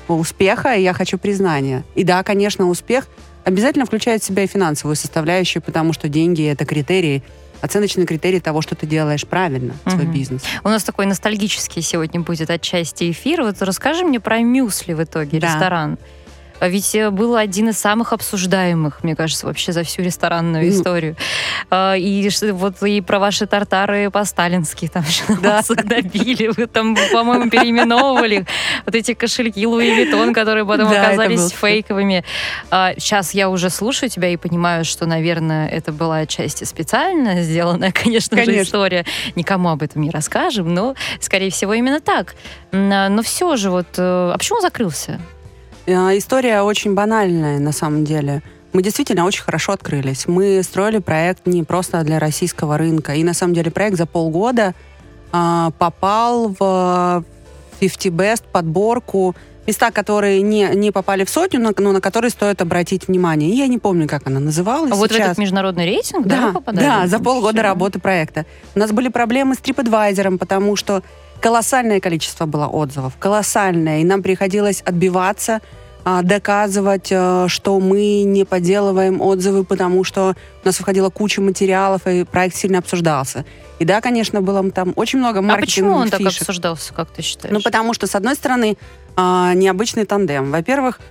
успеха, и я хочу признания. И да, конечно, успех обязательно включает в себя и финансовую составляющую, потому что деньги — это критерии, оценочный критерий того, что ты делаешь правильно, uh-huh. свой бизнес. У нас такой ностальгический сегодня будет отчасти эфир. Вот расскажи мне про мюсли в итоге, да. ресторан. А ведь был один из самых обсуждаемых, мне кажется, вообще за всю ресторанную mm. историю. И вот и про ваши тартары по-сталински там да. добили. Вы там, по-моему, переименовывали вот эти кошельки Луи Виттон, которые потом да, оказались фейковыми. Сейчас я уже слушаю тебя и понимаю, что, наверное, это была отчасти специально сделанная, конечно, конечно. же, история. Никому об этом не расскажем, но, скорее всего, именно так. Но все же, вот, а почему закрылся? История очень банальная, на самом деле. Мы действительно очень хорошо открылись. Мы строили проект не просто для российского рынка. И, на самом деле, проект за полгода э, попал в пятьдесят Best подборку. Места, которые не, не попали в сотню, но, но на которые стоит обратить внимание. И я не помню, как она называлась. А сейчас. Вот в этот международный рейтинг, да, да, вы попадали? Да, за полгода работы проекта. У нас были проблемы с TripAdvisor, потому что колоссальное количество было отзывов. Колоссальное. И нам приходилось отбиваться, доказывать, что мы не подделываем отзывы, потому что у нас выходила куча материалов, и проект сильно обсуждался. И да, конечно, было там очень много маркетинговых фишек. А почему он так обсуждался, как ты считаешь? Ну, потому что, с одной стороны, необычный тандем. Во-первых,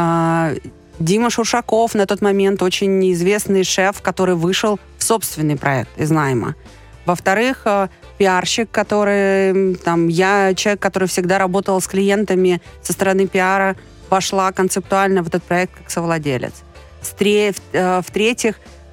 Дима Шуршаков на тот момент очень известный шеф, который вышел в собственный проект из найма. Во-вторых, пиарщик, который, там, я человек, который всегда работал с клиентами со стороны пиара, вошла концептуально в этот проект как совладелец. В-третьих,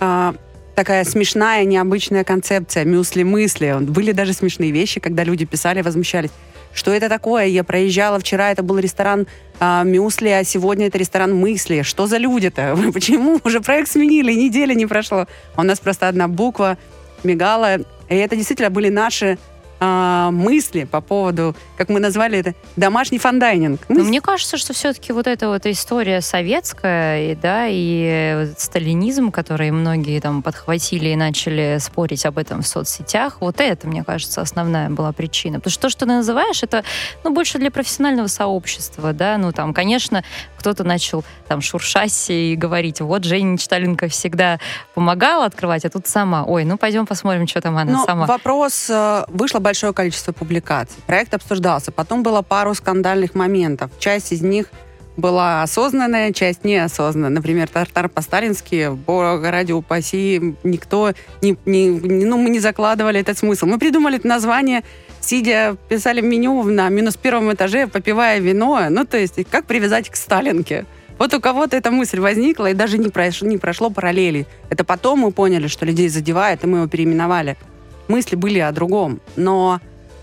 такая смешная, необычная концепция мюсли-мысли. Были даже смешные вещи, когда люди писали, возмущались. Что это такое? Я проезжала вчера, это был ресторан а, мюсли, а сегодня это ресторан мысли. Что за люди-то? Почему? Уже проект сменили, недели не прошло. А у нас просто одна буква мигала. И это действительно были наши а, мысли по поводу, как мы назвали это, домашний фандайнинг. Но мне кажется, что все-таки вот эта вот история советская, и, да, и сталинизм, который многие там подхватили и начали спорить об этом в соцсетях, вот это, мне кажется, основная была причина. Потому что то, что ты называешь, это, ну, больше для профессионального сообщества, да, ну, там, конечно, кто-то начал там шуршать и говорить, вот, Женя Читаленко всегда помогала открывать, а тут сама. Ой, ну, пойдем посмотрим, что там она Но сама. Вопрос, вышло большое количество публикаций, проект обсуждался, потом было пару скандальных моментов. Часть из них была осознанная, часть неосознанная. Например, тартар по-сталински, бога ради упаси, никто не, не, ну, мы не закладывали этот смысл. Мы придумали это название, сидя, писали меню на минус первом этаже, попивая вино. Ну, то есть, как привязать к сталинке. Вот у кого-то эта мысль возникла, и даже не прошло, не прошло параллели. Это потом мы поняли, что людей задевает, и мы его переименовали. Мысли были о другом. Но,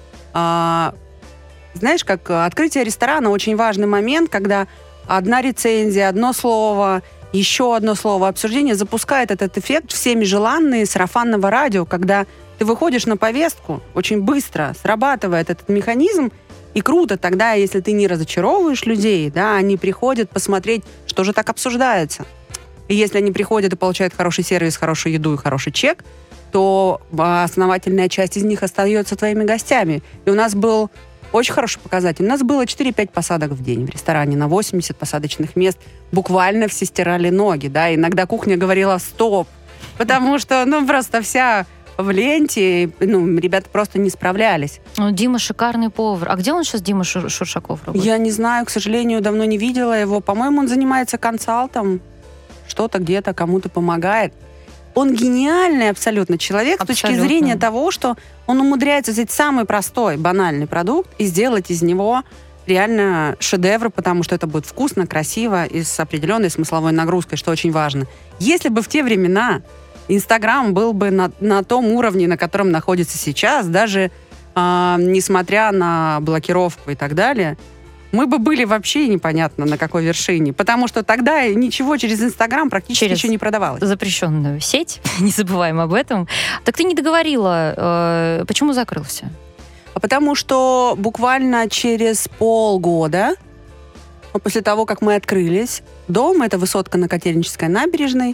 а, знаешь, как открытие ресторана очень важный момент, когда одна рецензия, одно слово, еще одно слово, обсуждение запускает этот эффект всеми желанный сарафанного радио, когда ты выходишь на повестку, очень быстро срабатывает этот механизм, и круто тогда, если ты не разочаровываешь людей, да, они приходят посмотреть, что же так обсуждается. И если они приходят и получают хороший сервис, хорошую еду и хороший чек, то основательная часть из них остается твоими гостями. И у нас был очень хороший показатель. У нас было четыре-пять посадок в день в ресторане на восемьдесят посадочных мест. Буквально все стирали ноги, да. Иногда кухня говорила «стоп», потому что, ну, просто вся в ленте, ну, ребята просто не справлялись. Ну, Дима шикарный повар. А где он сейчас, Дима Шур- Шуршаков, работает? Я не знаю, к сожалению, давно не видела его. По-моему, он занимается консалтом, что-то где-то кому-то помогает. Он гениальный абсолютно человек абсолютно. С точки зрения того, что он умудряется взять самый простой, банальный продукт и сделать из него реально шедевр, потому что это будет вкусно, красиво и с определенной смысловой нагрузкой, что очень важно. Если бы в те времена Инстаграм был бы на, на том уровне, на котором находится сейчас, даже э, несмотря на блокировку и так далее, мы бы были вообще непонятно на какой вершине, потому что тогда ничего через Инстаграм практически через еще не продавалось. Запрещенную сеть, не забываем об этом. Так ты не договорила, э, почему закрылся? А потому что буквально через полгода, после того, как мы открылись, дом, это высотка на Котельнической набережной,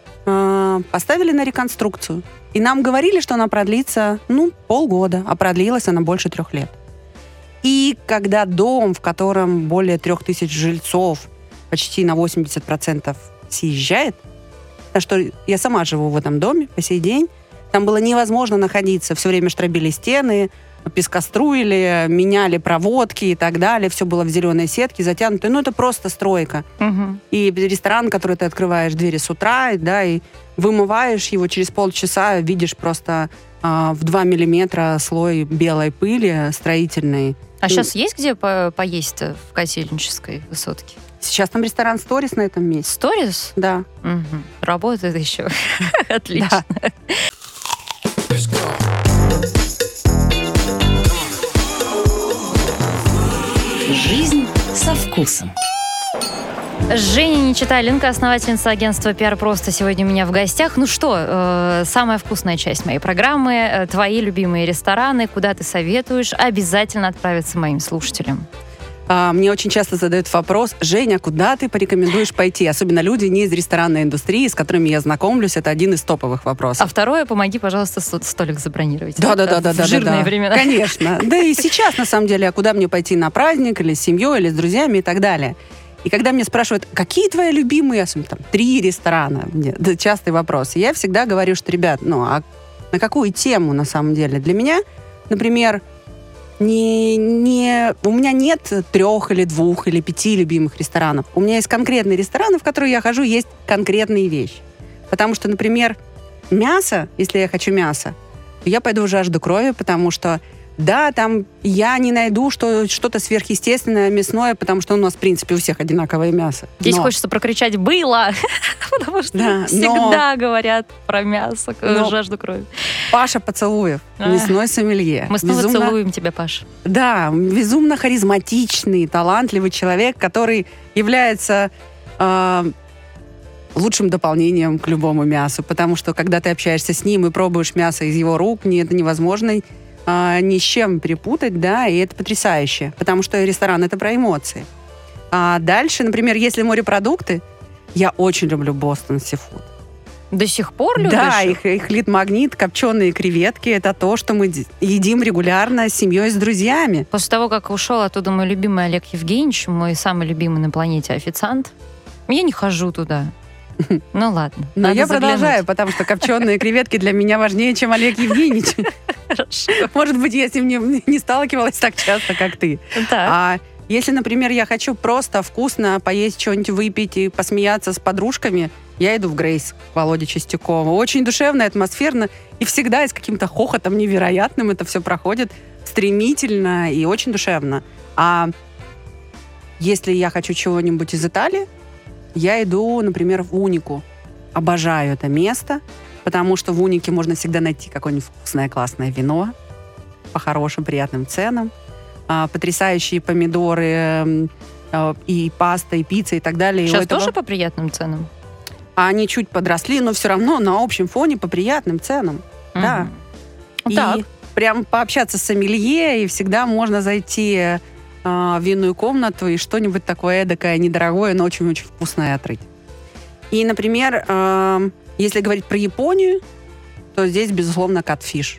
э, поставили на реконструкцию. И нам говорили, что она продлится, ну, полгода, а продлилась она больше трех лет. И когда дом, в котором более трех тысяч жильцов, почти на восемьдесят процентов съезжает, потому что я сама живу в этом доме по сей день, там было невозможно находиться. Все время штробили стены, пескоструили, меняли проводки и так далее. Все было в зеленой сетке затянуто. Ну, это просто стройка. Угу. И ресторан, который ты открываешь двери с утра, да, и вымываешь его через полчаса, видишь просто а, в два миллиметра слой белой пыли строительной. А сейчас есть где по- поесть в Котельнической высотке? Сейчас там ресторан «Сторис» на этом месте. «Сторис»? Да. Угу. Работает еще. Отлично. Жизнь со вкусом. Женя Нечитайлинка, основательница агентства «Пиар Просто», сегодня у меня в гостях. Ну что, э, самая вкусная часть моей программы, э, твои любимые рестораны, куда ты советуешь обязательно отправиться моим слушателям? А, мне очень часто задают вопрос: Женя, куда ты порекомендуешь пойти? Особенно люди не из ресторанной индустрии, с которыми я знакомлюсь. Это один из топовых вопросов. А второе, помоги, пожалуйста, столик забронировать. Да-да-да. В жирные времена. Конечно. Да и сейчас, на самом деле, а куда мне пойти на праздник, или с семьей, или с друзьями и так далее. И когда меня спрашивают, какие твои любимые, особенно там, три ресторана, это частый вопрос. И я всегда говорю, что, ребят, ну, а на какую тему, на самом деле? Для меня, например, не, не, у меня нет трех или двух или пяти любимых ресторанов. У меня есть конкретные рестораны, в которые я хожу, есть конкретные вещи. Потому что, например, мясо, если я хочу мясо, то я пойду в «Жажду крови», потому что, да, там я не найду что, что-то сверхъестественное, мясное, потому что у нас, в принципе, у всех одинаковое мясо. Здесь Но... хочется прокричать «было», потому что да, всегда но... говорят про мясо, но... «Жажду крови». Паша Поцелуев, мясной сомелье. Мы снова безумно... целуем тебя, Паш. Да, безумно харизматичный, талантливый человек, который является э, лучшим дополнением к любому мясу, потому что, когда ты общаешься с ним и пробуешь мясо из его рук, не, это невозможно э, ни с чем перепутать, да, и это потрясающе, потому что ресторан — это про эмоции. А дальше, например, если морепродукты, я очень люблю Бостон Сифуд. До сих пор любишь? Да, их, их лид-магнит, копченые креветки, это то, что мы едим регулярно с семьей, с друзьями. После того, как ушел оттуда мой любимый Олег Евгеньевич, мой самый любимый на планете официант, я не хожу туда. Ну ладно. Но я продолжаю, потому что копченые креветки для меня важнее, чем Олег Евгеньевич. Хорошо. Может быть, я с ним не, не сталкивалась так часто, как ты. А если, например, я хочу просто вкусно поесть что-нибудь, выпить и посмеяться с подружками, я иду в Грейс Володи Чистякова. Очень душевно, атмосферно. И всегда с каким-то хохотом невероятным это все проходит стремительно и очень душевно. А если я хочу чего-нибудь из Италии, я иду, например, в Унику. Обожаю это место, потому что в Унике можно всегда найти какое-нибудь вкусное, классное вино по хорошим, приятным ценам. Потрясающие помидоры и паста, и пицца, и так далее. Сейчас этого... тоже по приятным ценам? Они чуть подросли, но все равно на общем фоне по приятным ценам. Угу. Да. И так. прям пообщаться с сомелье, и всегда можно зайти э, в винную комнату и что-нибудь такое эдакое недорогое, но очень-очень вкусное открыть. И, например, э, если говорить про Японию, то здесь, безусловно, Catfish.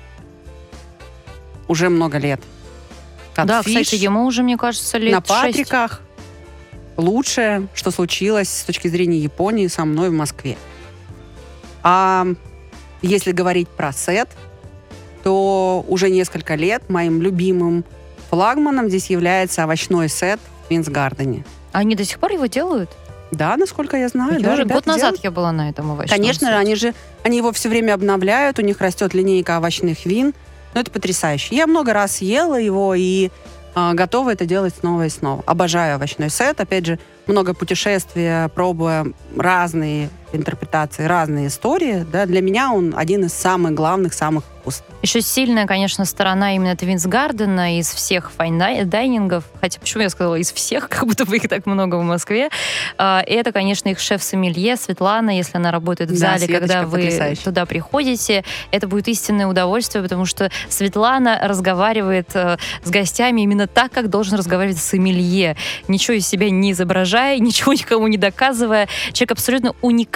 Уже много лет. Catfish. Да, кстати, ему уже, мне кажется, лет на Патриках. Лучшее, что случилось с точки зрения Японии со мной в Москве. А если говорить про сет, то уже несколько лет моим любимым флагманом здесь является овощной сет в Квинс-Гардене. Они до сих пор его делают? Да, насколько я знаю. Я да, уже год назад делают. Я была на этом овощном Конечно, сете. они же они его все время обновляют, у них растет линейка овощных вин. Но это потрясающе. Я много раз ела его и а, готова это делать снова и снова. Обожаю овощной сет. Опять же, много путешествий, пробуя разные интерпретации, разные истории. Да, для меня он один из самых главных, самых вкусных. Еще сильная, конечно, сторона именно Квинс-Гардена из всех файн-дайнингов. Хотя, почему я сказала из всех, как будто бы их так много в Москве. Это, конечно, их шеф-сомелье Светлана, если она работает в да, зале, Светочка, когда вы потрясающе. Туда приходите. Это будет истинное удовольствие, потому что Светлана разговаривает с гостями именно так, как должен разговаривать сомелье. Ничего из себя не изображая, ничего никому не доказывая. Человек абсолютно уникальный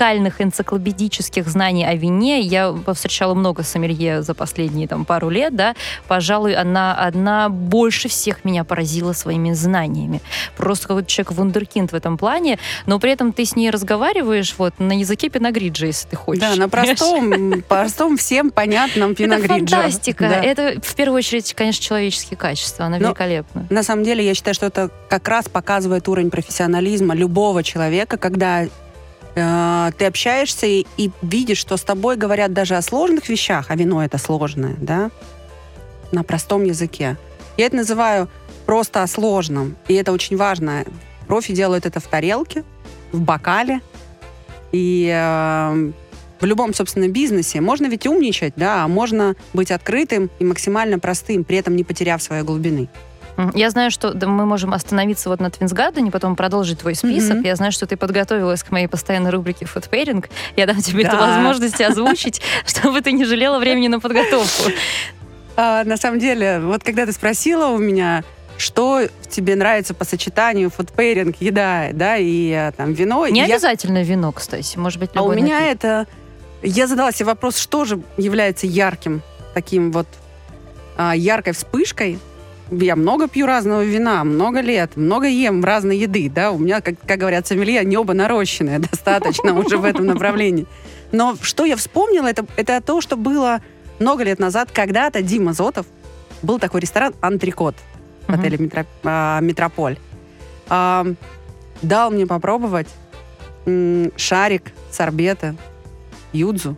уникальных энциклопедических знаний о вине. Я встречала много сомелье за последние там, пару лет, да. Пожалуй, она одна больше всех меня поразила своими знаниями. Просто какой-то человек вундеркинд в этом плане, но при этом ты с ней разговариваешь вот на языке пиногриджа, если ты хочешь. Да, на простом, простом всем понятном пиногриджа. Это фантастика. Да. Это, в первую очередь, конечно, человеческие качества. Она Но, великолепна. На самом деле, я считаю, что это как раз показывает уровень профессионализма любого человека, когда э, ты общаешься и, и видишь, что с тобой говорят даже о сложных вещах, а вино это сложное, да, на простом языке. Я это называю просто о сложном, и это очень важно. Профи делают это в тарелке, в бокале, и э, в любом, собственно, бизнесе можно ведь умничать, да, а можно быть открытым и максимально простым, при этом не потеряв своей глубины. Я знаю, что да, мы можем остановиться вот на Твинсгардене, потом продолжить твой список. Mm-hmm. Я знаю, что ты подготовилась к моей постоянной рубрике Food Pairing. Я дам тебе да. эту возможность озвучить, чтобы ты не жалела времени на подготовку. А, на самом деле, вот когда ты спросила у меня, что тебе нравится по сочетанию Food Pairing, еда, да, и там вино. Не и обязательно я... вино, кстати, может быть, А у меня напиток. это... Я задала себе вопрос, что же является ярким, таким вот а, яркой вспышкой. Я много пью разного вина, много лет, много ем разной еды, да, у меня, как, как говорят сомелье, небо нарощенное достаточно уже в этом направлении. Но что я вспомнила, это, это то, что было много лет назад, когда-то Дима Зотов, был такой ресторан «Антрикот» в uh-huh. отеле Метро, а, «Метрополь». А, дал мне попробовать м, шарик сорбета юдзу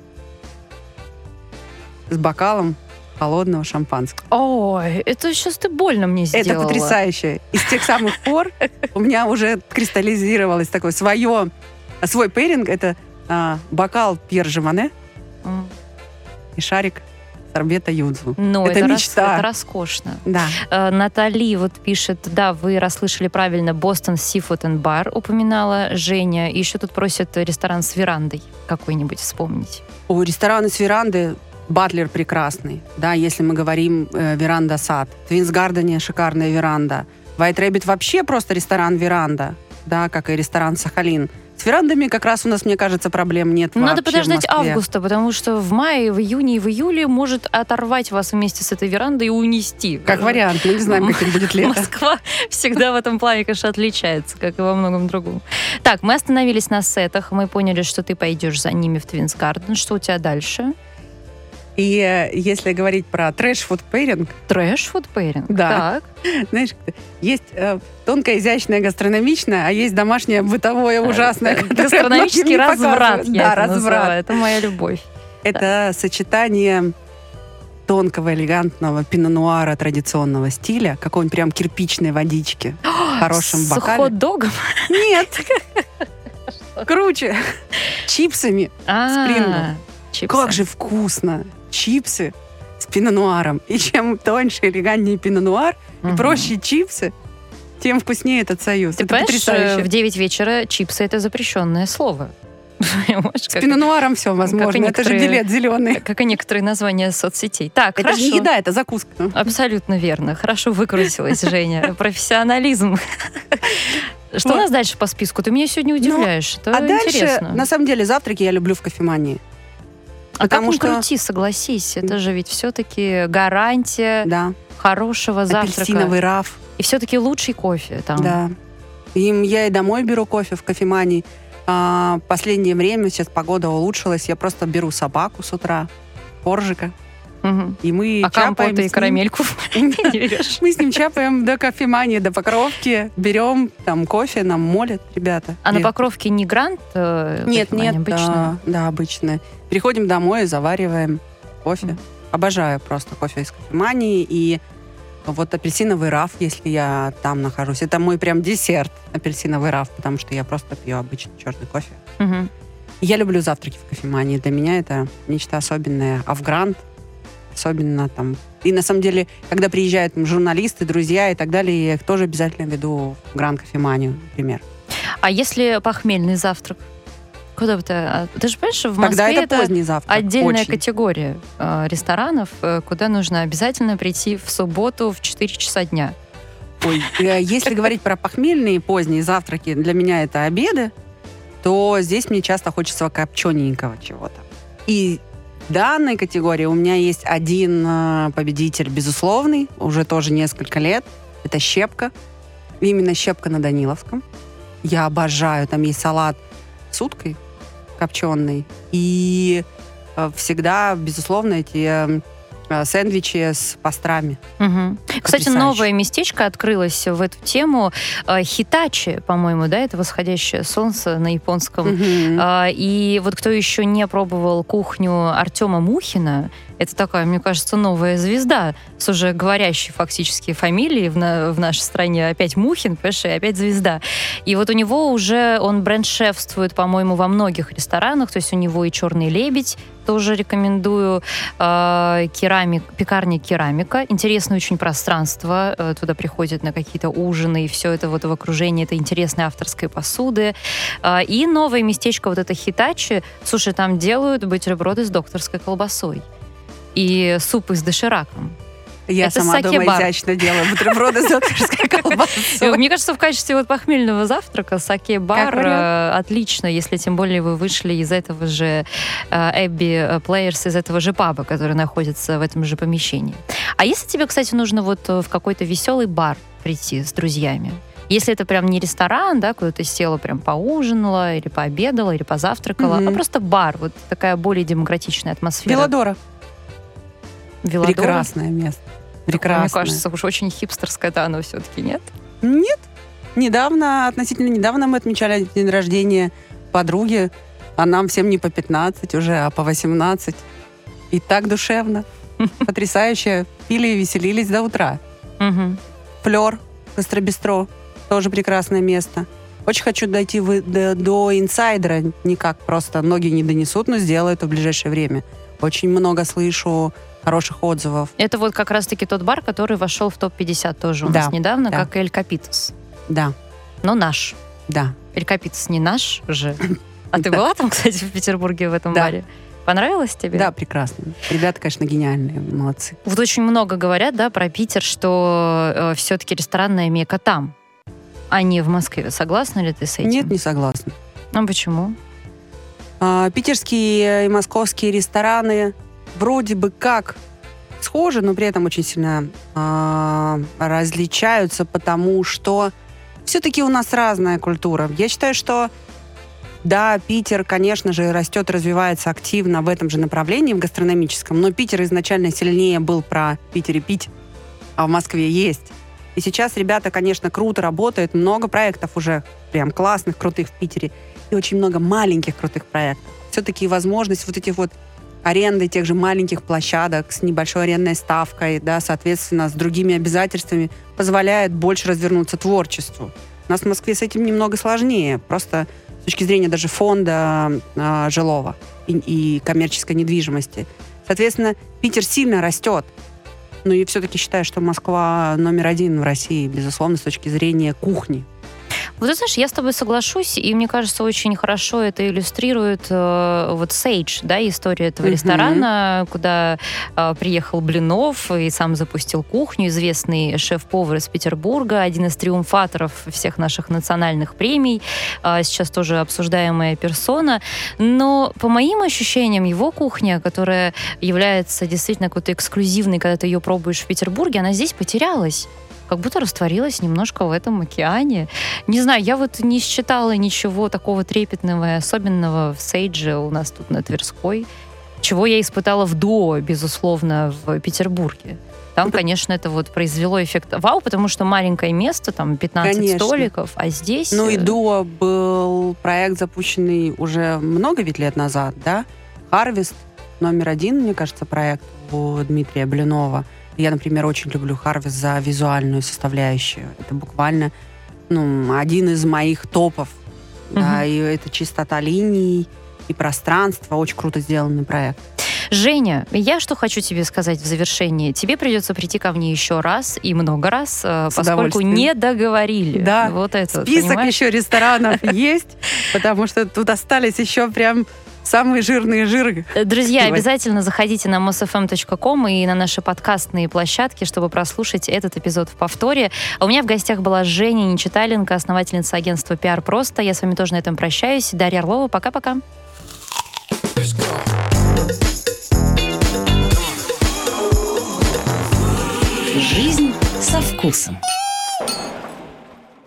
с бокалом холодного шампанского. Ой, это сейчас ты больно мне сделала. Это потрясающе. И с тех самых пор у меня уже кристаллизировалось такое свое, свой пейринг. Это а, бокал Пьер Живане mm. и шарик сорбета юдзу. Ну, это, это мечта. Рас, это роскошно. Да. А, Натали вот пишет, да, вы расслышали правильно, Бостон Seafood and Bar упоминала Женя. И еще тут просят ресторан с верандой какой-нибудь вспомнить. О, рестораны с верандой. Батлер прекрасный, да, если мы говорим э, веранда-сад. В Твинсгардене шикарная веранда. White Rabbit вообще просто ресторан-веранда, да, как и ресторан Сахалин. С верандами как раз у нас, мне кажется, проблем нет. Надо подождать августа, потому что в мае, в июне и в июле может оторвать вас вместе с этой верандой и унести. Как вариант, мы не знаем, каким будет лето. Москва всегда в этом плане, конечно, отличается, как и во многом другом. Так, мы остановились на сетах, мы поняли, что ты пойдешь за ними в Твинсгарден. Что у тебя дальше? И э, если говорить про трэш-фуд-пейринг... Трэш-фуд-пейринг? Да. Так. Знаешь, есть э, тонкое, изящное, гастрономичное, а есть домашнее, бытовое, ужасное. Гастрономический разврат, я да, это разврат. называю. Это моя любовь. Это да. сочетание тонкого, элегантного пино-нуара традиционного стиля, какой-нибудь прям кирпичной водички в хорошем с бокале. С хот-догом? Нет. Круче. Чипсами с Принглс. Как же вкусно! Чипсы с пино-нуаром. И чем тоньше, элегантнее пино-нуар, угу. и проще чипсы, тем вкуснее этот союз. Ты это понимаешь, потрясающе. В девять вечера чипсы — это запрещенное слово. С как... пино-нуаром все возможно. Это же билет зеленый. Как и некоторые названия соцсетей. Так, это хорошо. же не еда, это закуска. Абсолютно верно. Хорошо выкрутилась, Женя. Профессионализм. Что у нас дальше по списку? Ты меня сегодня удивляешь. Это а дальше, интересно. На самом деле, завтраки я люблю в кофемании. А как ни крути, согласись, это же ведь все-таки гарантия да. хорошего завтрака. Апельсиновый раф. И все-таки лучший кофе там. Да. Им я и домой беру кофе в кофемании. А, последнее время, сейчас погода улучшилась, я просто беру собаку с утра, коржика, угу. и мы а чапаем компоты и карамельку не берешь? Мы с ним чапаем до кофемании, до Покровки, берем там кофе, нам молят ребята. А на Покровке не Грант? Нет, нет, обычная? Да, обычная. Приходим домой, завариваем кофе. Обожаю просто кофе из кофемании. И вот апельсиновый раф, если я там нахожусь, это мой прям десерт, апельсиновый раф, потому что я просто пью обычный черный кофе. Угу. Я люблю завтраки в кофемании. Для меня это нечто особенное. А в Грант особенно там... И на самом деле, когда приезжают там, журналисты, друзья и так далее, я их тоже обязательно веду в Грант кофеманию, например. А если похмельный завтрак? Куда бы ты... Ты же понимаешь, в Москве Тогда это, это поздний завтрак. Отдельная Очень. категория э, ресторанов, э, куда нужно обязательно прийти в субботу в четыре часа дня. Ой, если говорить про похмельные поздние завтраки, для меня это обеды. то здесь мне часто хочется копчененького чего-то. И в данной категории у меня есть один э, победитель безусловный, уже тоже несколько лет. Это щепка. Именно щепка на Даниловском. Я обожаю. Там есть салат с уткой копченый. И э, всегда, безусловно, эти э, сэндвичи с пастрами. Угу. Кстати, новое местечко открылось в эту тему. Хитачи, по-моему, да, это восходящее солнце на японском. Угу. И вот кто еще не пробовал кухню Артема Мухина, это такая, мне кажется, новая звезда с уже говорящей фактически фамилией в, на, в нашей стране. Опять Мухин, понимаешь, и опять звезда. И вот у него уже, он бренд-шефствует, по-моему, во многих ресторанах. То есть у него и «Черный лебедь», тоже рекомендую, э, керамик, пекарня «Керамика». Интересное очень пространство. Э, туда приходят на какие-то ужины, и все это вот в окружении этой интересной авторской посуды. Э, и новое местечко, вот это Хитачи. Слушай, там делают бутерброды с докторской колбасой. И супы с дошираком. Я это сама дома саке-бар. изящно делаю бутерброды с докторской колбасой. Мне кажется, в качестве вот похмельного завтрака саке-бар отлично, если тем более вы вышли из этого же Эбби Плеерс, из этого же паба, который находится в этом же помещении. А если тебе, кстати, нужно вот в какой-то веселый бар прийти с друзьями? Если это прям не ресторан, да, куда ты села, прям поужинала, или пообедала, или позавтракала, mm-hmm. а просто бар, вот такая более демократичная атмосфера. Велодора. Велодора? Прекрасное место. Прекрасное. Мне кажется, уж очень хипстерское-то оно все-таки, нет? Нет. Недавно, относительно недавно мы отмечали день рождения подруги, а нам всем не по пятнадцать уже, а по восемнадцать. И так душевно. Потрясающе. Пили и веселились до утра. Флёр, гастробистро. Тоже прекрасное место. Очень хочу дойти в, до, до инсайдера. Никак просто ноги не донесут, но сделаю это в ближайшее время. Очень много слышу хороших отзывов. Это вот как раз-таки тот бар, который вошел в топ пятьдесят тоже у да, нас недавно, да. как Эль Капитос. Да. Но наш. Да. Эль Капитос не наш же. А ты была там, кстати, в Петербурге в этом баре? Понравилось тебе? Да, прекрасно. Ребята, конечно, гениальные, молодцы. Вот очень много говорят, да, про Питер, что э, все-таки ресторанная мекка там, а не в Москве. Согласна ли ты с этим? Нет, не согласна. А почему? А, питерские и московские рестораны вроде бы как схожи, но при этом очень сильно а, различаются, потому что все-таки у нас разная культура. Я считаю, что да, Питер, конечно же, растет, развивается активно в этом же направлении, в гастрономическом, но Питер изначально сильнее был про Питер и пить, а в Москве есть. И сейчас ребята, конечно, круто работают, много проектов уже прям классных, крутых в Питере, и очень много маленьких крутых проектов. Все-таки возможность вот этих вот аренды тех же маленьких площадок с небольшой арендной ставкой, да, соответственно, с другими обязательствами позволяет больше развернуться творчеству. У нас в Москве с этим немного сложнее, просто с точки зрения даже фонда э, жилого и, и коммерческой недвижимости. Соответственно, Питер сильно растет. Ну и все-таки считаю, что Москва номер один в России, безусловно, с точки зрения кухни. Вот ты знаешь, я с тобой соглашусь, и мне кажется, очень хорошо это иллюстрирует э, вот Сейдж, да, история этого mm-hmm. ресторана, куда э, приехал Блинов и сам запустил кухню, известный шеф-повар из Петербурга, один из триумфаторов всех наших национальных премий, э, сейчас тоже обсуждаемая персона, но по моим ощущениям его кухня, которая является действительно какой-то эксклюзивной, когда ты ее пробуешь в Петербурге, она здесь потерялась. Как будто растворилась немножко в этом океане. Не знаю, я вот не считала ничего такого трепетного и особенного в Сейдже у нас тут на Тверской, чего я испытала в дуо, безусловно, в Петербурге. Там, конечно, это вот произвело эффект вау, потому что маленькое место, там пятнадцать конечно. Столиков, а здесь... Ну и дуо был проект, запущенный уже много ведь лет назад, да? Harvest, номер один, мне кажется, проект у Дмитрия Блинова. Я, например, очень люблю Harvest за визуальную составляющую. Это буквально ну, один из моих топов. Uh-huh. Да, и это чистота линий и пространство. Очень круто сделанный проект. Женя, я что хочу тебе сказать в завершении. Тебе придется прийти ко мне еще раз и много раз, С поскольку не договорили. Да, вот это, список понимаешь? еще ресторанов есть, потому что тут остались еще прям самые жирные жиры. Друзья, Давай. обязательно заходите на мосфм точка ком и на наши подкастные площадки, чтобы прослушать этот эпизод в повторе. А у меня в гостях была Женя Нечиталенко, основательница агентства «Пиар Просто». Я с вами тоже на этом прощаюсь. Дарья Орлова, пока-пока. Жизнь со вкусом.